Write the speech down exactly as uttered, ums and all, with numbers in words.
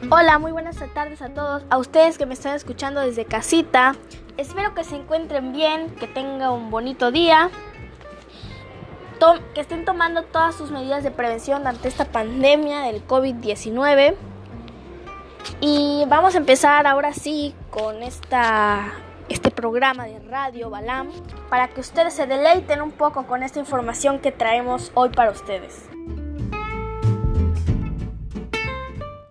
Hola, muy buenas tardes a todos, a ustedes que me están escuchando desde casita. Espero que se encuentren bien, que tengan un bonito día, to- que estén tomando todas sus medidas de prevención ante esta pandemia del covid diecinueve. Y vamos a empezar ahora sí con esta, este programa de Radio Balam para que ustedes se deleiten un poco con esta información que traemos hoy para ustedes.